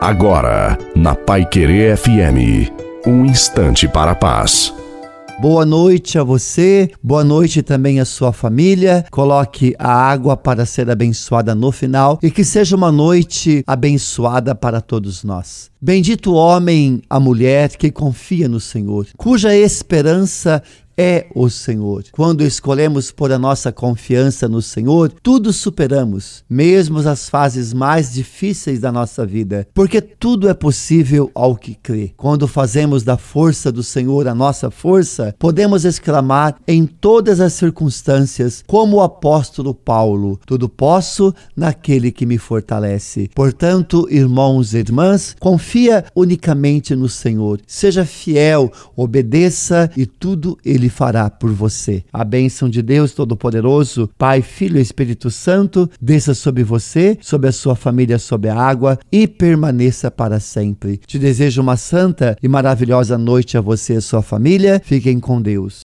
Agora, na Paiquerê FM, um instante para a paz. Boa noite a você, boa noite também à sua família. Coloque a água para ser abençoada no final e que seja uma noite abençoada para todos nós. Bendito o homem, a mulher que confia no Senhor, cuja esperança é o Senhor. Quando escolhemos pôr a nossa confiança no Senhor, tudo superamos, mesmo as fases mais difíceis da nossa vida, porque tudo é possível ao que crê. Quando fazemos da força do Senhor a nossa força, podemos exclamar em todas as circunstâncias, como o apóstolo Paulo: tudo posso naquele que me fortalece. Portanto, irmãos e irmãs, confia unicamente no Senhor. Seja fiel, obedeça e tudo Ele fará por você. A bênção de Deus Todo-Poderoso, Pai, Filho e Espírito Santo, desça sobre você, sobre a sua família, sobre a água e permaneça para sempre. Te desejo uma santa e maravilhosa noite a você e a sua família. Fiquem com Deus.